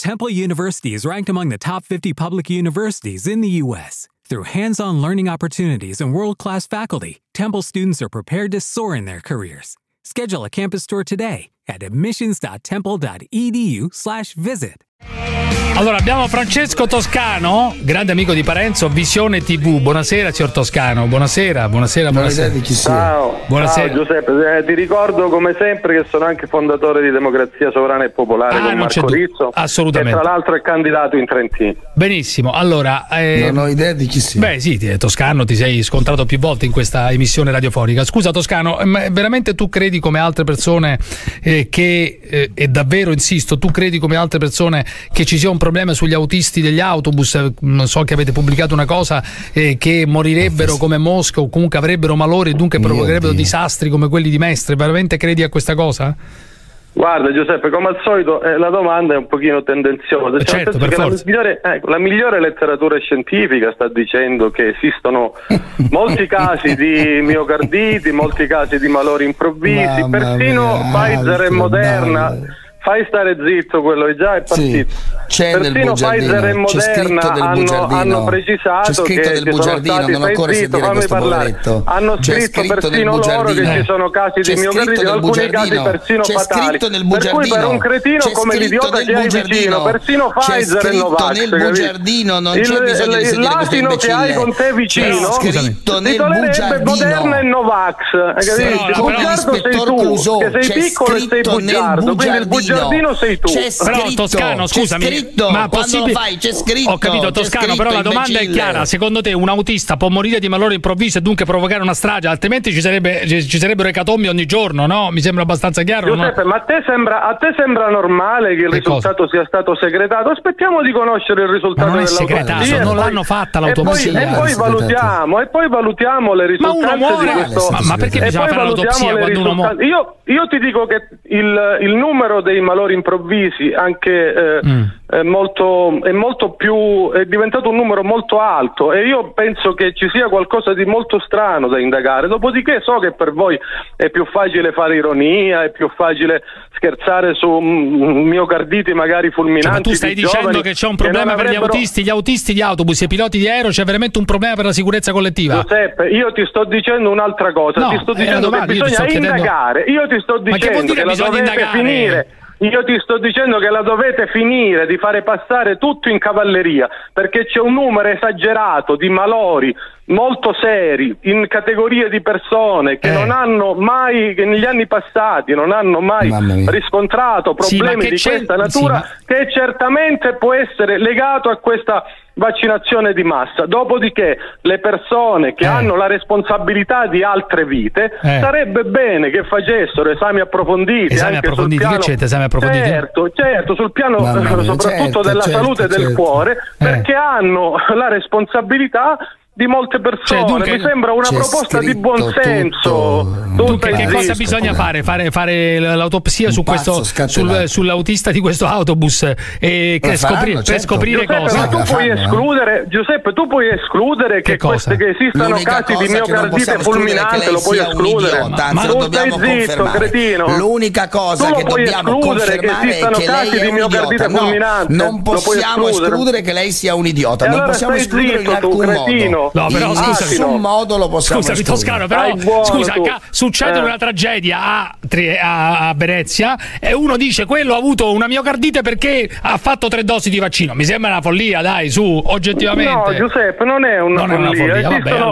Temple University is ranked among the top 50 public universities in the U.S. Through hands-on learning opportunities and world-class faculty, Temple students are prepared to soar in their careers. Schedule a campus tour today at admissions.temple.edu/visit. Allora, abbiamo Francesco Toscano, grande amico di Parenzo, Visione TV. Buonasera, signor Toscano. Buonasera. Ciao. Buonasera. Ciao Giuseppe, ti ricordo come sempre che sono anche fondatore di Democrazia Sovrana e Popolare con Marco Rizzo, assolutamente, che tra l'altro è candidato in Trentino. Benissimo, allora non ho idea di chi sia. Beh sì, Toscano, ti sei scontrato più volte in questa emissione radiofonica. Scusa Toscano, ma veramente tu credi come altre persone e davvero insisto, tu credi come altre persone che ci sia un problema sugli autisti degli autobus? Non so, che avete pubblicato una cosa che morirebbero come mosche o comunque avrebbero malore e dunque provocherebbero disastri come quelli di Mestre. Veramente credi a questa cosa? Guarda Giuseppe, come al solito la domanda è un pochino tendenziosa. Certo, per forza. La migliore letteratura scientifica sta dicendo che esistono molti casi di miocarditi, molti casi di malori improvvisi, persino Pfizer e Moderna. Fai stare zitto, quello già è partito. C'è persino Pfizer e Moderna hanno precisato che del bugiardino, non ancora sentire questo poveretto. Hanno scritto persino loro che ci sono casi di miocardite, in alcuni casi persino fatali. Per cui per un cretino come l'idiota che hai vicino, persino Pfizer e Novax, nel bugiardino non c'è bisogno di sentire questo l'asino che hai con te vicino ti toglierebbe Moderna e Novax, capisci? Il bugiardo sei tu, che sei piccolo e sei bugiardo, quindi il bugiardino sei tu. Però Toscano, scusami, ma possibile? C'è scritto. Ho capito Toscano, però la domanda è chiara. Secondo te un autista può morire di malore improvviso e dunque provocare una strage? Altrimenti ci sarebbero ecatombi ogni giorno, no? Mi sembra abbastanza chiaro. Giuseppe, no? ma a te sembra normale che il risultato sia stato segretato? Aspettiamo di conoscere il risultato dell'autopsia. Non l'hanno fatta l'autopsia. E poi valutiamo le risultanze di questo. Ma perché bisogna fare l'autopsia quando uno muore? Io ti dico che il numero dei malori improvvisi anche è diventato un numero molto alto e io penso che ci sia qualcosa di molto strano da indagare. Dopodiché so che per voi è più facile fare ironia, è più facile scherzare su miocarditi magari fulminanti. Ma tu stai dicendo che c'è un problema per gli autisti di autobus e i piloti di aereo, c'è veramente un problema per la sicurezza collettiva? Giuseppe, io ti sto dicendo un'altra cosa, ti sto dicendo che bisogna indagare, io ti sto dicendo che la dovete finire. Io ti sto dicendo che la dovete finire di fare passare tutto in cavalleria, perché c'è un numero esagerato di malori molto seri in categorie di persone che non hanno mai, che negli anni passati non hanno mai riscontrato problemi di questa natura, che certamente può essere legato a questa vaccinazione di massa. Dopodiché le persone che hanno la responsabilità di altre vite sarebbe bene che facessero esami approfonditi, anche sul piano, certo, sul piano soprattutto della salute del cuore, perché hanno la responsabilità di molte persone. Mi sembra una proposta di buon senso. Che cosa bisogna fare? Fare l'autopsia su questo, sull'autista di questo autobus per scoprire cosa? Ma tu puoi escludere, Giuseppe, che esistano casi di miocardite fulminante, lo puoi escludere. Ma lo dobbiamo confermare. Cretino. L'unica cosa che dobbiamo confermare è che lei è un idiota. Non possiamo escludere che lei sia un idiota. Non possiamo escludere in alcun modo. No, però in nessun modo lo possiamo escludere. Toscano, però succede una tragedia a Venezia e uno dice quello ha avuto una miocardite perché ha fatto 3 dosi di vaccino. Mi sembra una follia, dai, su, oggettivamente. No, Giuseppe, non è una follia.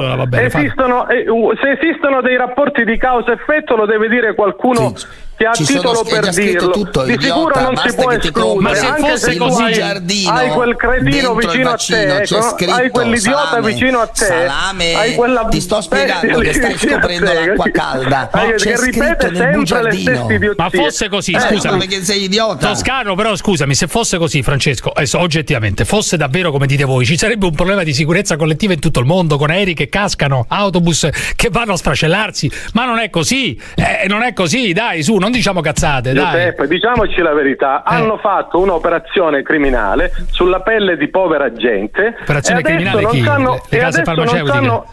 Se esistono dei rapporti di causa-effetto lo deve dire qualcuno che ha titolo per dirlo. Di sicuro non si può escludere. Ma se fosse così, hai quel cretino vicino a te, hai quell'idiota vicino a te, hai quella ti sto spiegando che stai scoprendo l'acqua calda, che ripete sempre le stesse idiozie. Ma fosse così, scusami, perché sei idiota. Toscano, però scusami, se fosse così, Francesco, adesso oggettivamente fosse davvero come dite voi, ci sarebbe un problema di sicurezza collettiva in tutto il mondo, con aerei che cascano, autobus che vanno a sfracellarsi, ma non è così, non è così, dai, su, non diciamo cazzate, Giuseppe, diciamoci la verità, hanno fatto un'operazione criminale sulla pelle di povera gente. Operazione criminale chi? Le case farmaceutiche?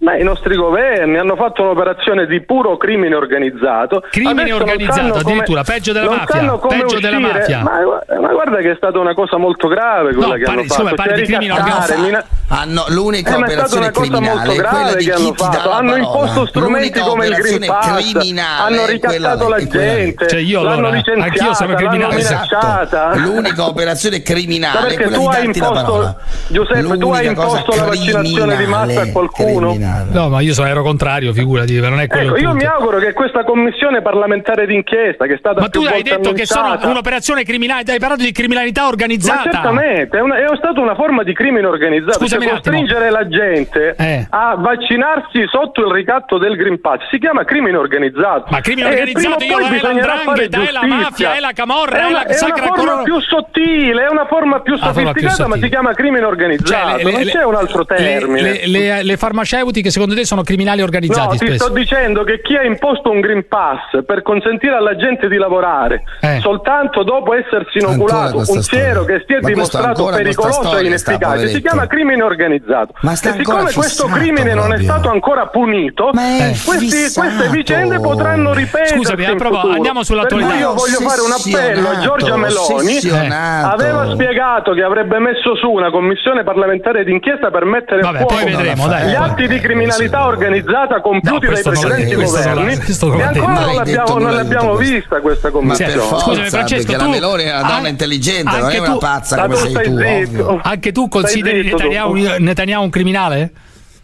Ma i nostri governi hanno fatto un'operazione di puro crimine organizzato. Crimine organizzato, addirittura, peggio della mafia. Peggio della mafia. Ma guarda che è stata una cosa molto grave quella che hanno fatto. Parli di crimine organizzato. L'unica operazione criminale è quella di chi ti dà la hanno imposto strumenti come il Green Pass, hanno ricattato la gente, cioè l'hanno licenziata, l'hanno minacciata. L'unica operazione criminale è quella di darti la parola. Giuseppe, tu hai imposto la vaccinazione di massa a qualcuno? No, ma io ero contrario, figurati, non è quello. Io mi auguro che questa commissione parlamentare d'inchiesta, che è stata più volte annunciata... Ma tu hai detto che sono un'operazione criminale, hai parlato di criminalità organizzata. Ma certamente, è stata una forma di crimine organizzato. Scusami, costringere la gente a vaccinarsi sotto il ricatto del Green Pass si chiama crimine organizzato. Ma crimine organizzato io è la 'ndrangheta, è la mafia, è la camorra, è la sacra corona. È una forma più sottile, è una forma più sofisticata, ma si chiama crimine organizzato, non c'è un altro termine. Le farmaceutiche secondo te sono criminali organizzati? No, ti sto dicendo che chi ha imposto un Green Pass per consentire alla gente di lavorare soltanto dopo essersi inoculato un siero che si è dimostrato pericoloso e inefficace si chiama crimine organizzato. E siccome questo crimine non è stato ancora punito, queste vicende potranno ripetersi. Scusami, andiamo sull'attualità. Io voglio fare un appello a Giorgia Meloni. Aveva spiegato che avrebbe messo su una commissione parlamentare d'inchiesta per mettere fuoco gli atti di criminalità organizzata compiuti dai precedenti governi e ancora non l'abbiamo vista questa commissione. Scusami Francesco, la Meloni è una donna intelligente, non è una pazza come sei tu. Anche tu consideri Netanyahu un criminale?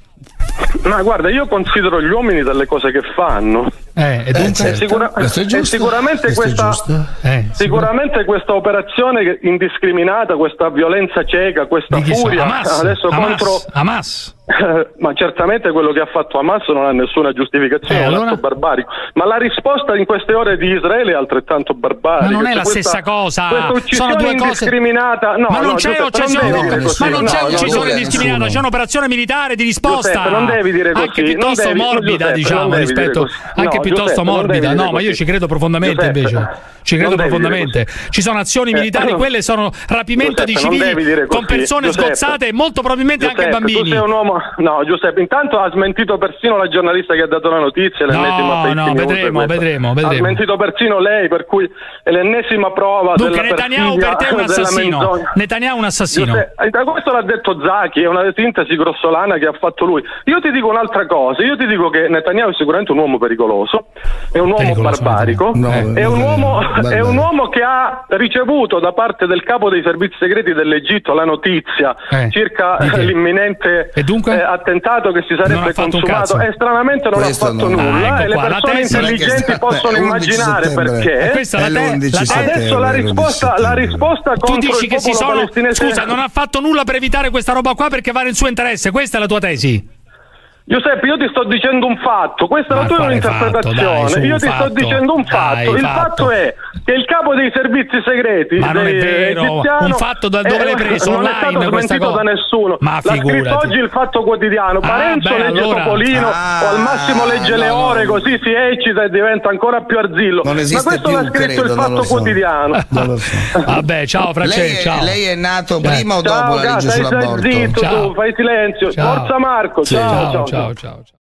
Ma guarda, io considero gli uomini delle cose che fanno. Sicuramente questa operazione indiscriminata, questa violenza cieca, questa furia adesso contro Hamas. Ma certamente quello che ha fatto Hamas non ha nessuna giustificazione, è un atto barbarico. Ma la risposta in queste ore di Israele è altrettanto barbarica. Ma non è la stessa cosa. Sono due indiscriminata. Cose. Ma non c'è uccisione indiscriminata, c'è un'operazione militare di risposta. Giuseppe, non devi dire così. Anche piuttosto morbida, diciamo, rispetto. Anche piuttosto morbida. No, ma io ci credo profondamente invece. Ci credo profondamente. Ci sono azioni militari, quelle sono rapimento di civili con persone sgozzate e molto probabilmente anche bambini. Tu sei un uomo. No, Giuseppe, intanto ha smentito persino la giornalista che ha dato la notizia. Vedremo. Ha smentito persino lei, per cui è l'ennesima prova. Dunque Netanyahu per te è un assassino. Netanyahu è un assassino. Questo l'ha detto Zaki, è una sintesi grossolana che ha fatto lui. Io ti dico un'altra cosa, io ti dico che Netanyahu è sicuramente un uomo pericoloso, è un uomo barbarico, è un uomo che ha ricevuto da parte del capo dei servizi segreti dell'Egitto la notizia circa l'imminente attentato che si sarebbe consumato e stranamente non ha fatto nulla e le persone intelligenti possono immaginare perché. Adesso la risposta contro il popolo palestinese. Scusa, non ha fatto nulla per evitare questa roba qua perché va nel suo interesse, questa è la tua tesi? Giuseppe, io ti sto dicendo un fatto, questa è la tua interpretazione. Io ti sto dicendo un fatto. Il fatto è che il capo dei servizi segreti un fatto da dove l'hai preso? Non è stato smentito da nessuno. L'ha scritto oggi il Fatto Quotidiano. Parenzo legge Topolino o al massimo legge Le Ore, così si eccita e diventa ancora più arzillo. Ma questo l'ha scritto il Fatto Quotidiano. Vabbè, ciao Francesco. Lei è nato prima o dopo la legge sull'aborto? Zitto, tu fai silenzio. Forza Marco, ciao. Ciao.